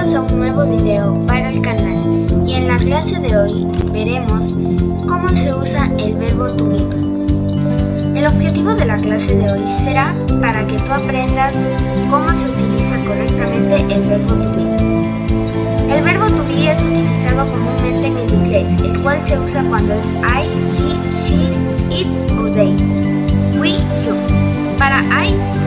Bienvenidos a un nuevo video para el canal, y en la clase de hoy veremos cómo se usa el verbo to be. El objetivo de la clase de hoy será para que tú aprendas cómo se utiliza correctamente el verbo to be. El verbo to be es utilizado comúnmente en el inglés, el cual se usa cuando es I, he, she, it o they, we, you. Para I